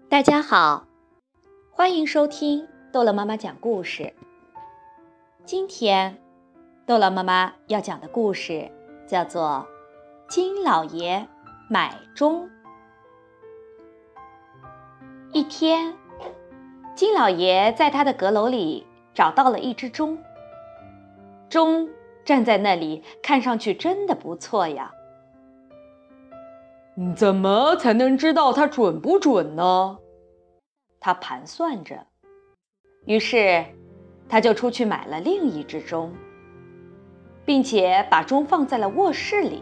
大家好，欢迎收听逗乐妈妈讲故事。今天逗乐妈妈要讲的故事叫做金老爷买钟。一天，金老爷在他的阁楼里找到了一只钟，钟站在那里，看上去真的不错呀。 怎么才能知道它准不准呢？ 他盘算着，于是他就出去买了另一只钟，并且把钟放在了卧室里。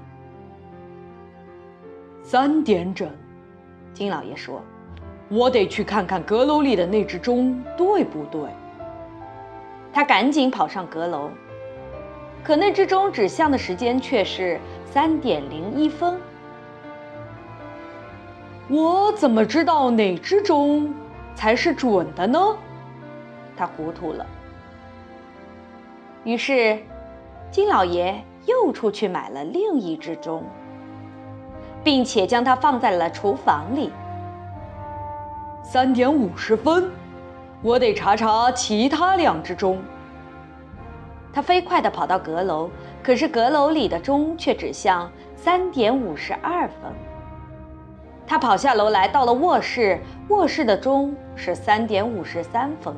3点整， 金老爷说， 我得去看看阁楼里的那只钟对不对。 他赶紧跑上阁楼，可那只钟指向的时间却是3点01分。 我怎么知道哪只钟才是准的呢？ 他糊涂了。于是金老爷又出去买了另一只钟，并且将它放在了厨房里。 3点50分，我得查查其他2只钟。 他飞快地跑到阁楼，可是阁楼里的钟却指向3点52分。他跑下楼来，到了卧室，卧室的钟是3点53分。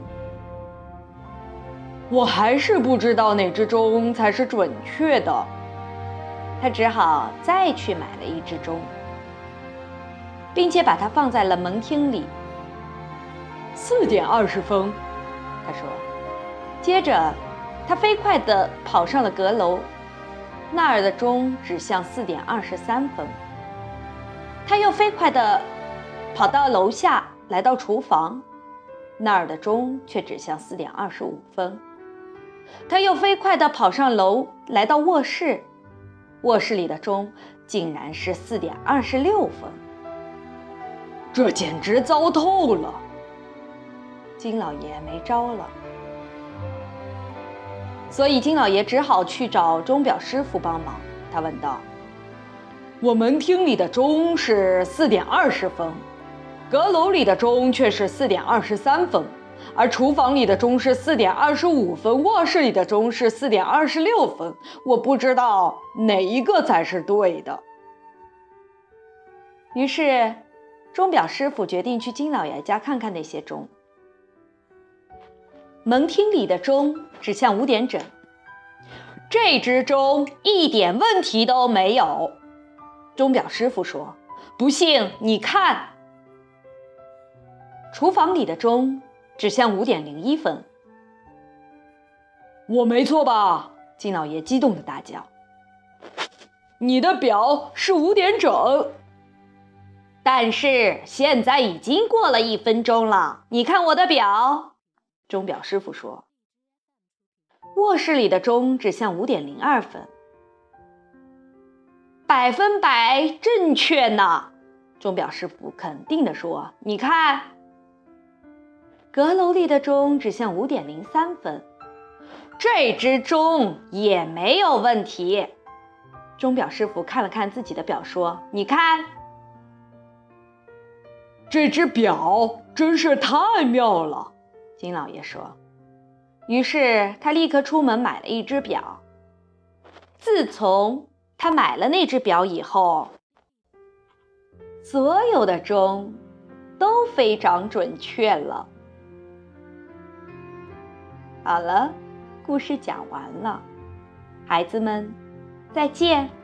我还是不知道哪只钟才是准确的。 他只好再去买了一只钟，并且把它放在了门厅里。 4点20分， 他说。接着他飞快地跑上了阁楼，那儿的钟指向4点23分。他又飞快地跑到楼下，来到厨房，那儿的钟却指向4点25分。他又飞快地跑上楼，来到卧室，卧室里的钟竟然是4点26分。 这简直糟透了！ 金老爷没招了，所以金老爷只好去找钟表师傅帮忙。他问道， 我门厅里的钟是4点20分，阁楼里的钟却是4点23分，而厨房里的钟是4点25分，卧室里的钟是4点26分。我不知道哪一个才是对的。 于是钟表师傅决定去金老爷家看看那些钟。门厅里的钟指向5点整，这只钟一点问题都没有。钟表师傅说，不信你看。厨房里的钟指向5点01分。 我没错吧？ 金老爷激动地大叫， 你的表是5点整。 但是现在已经过了1分钟了，你看我的表。钟表师傅说。卧室里的钟指向5点02分。100%正确呢，钟表师傅肯定地说，你看。阁楼里的钟指向5点03分，这只钟也没有问题。钟表师傅看了看自己的表说，你看。 这只表真是太妙了， 金老爷说。于是他立刻出门买了一只表。自从他买了那只表以后，所有的钟都非常准确了。好了，故事讲完了，孩子们，再见。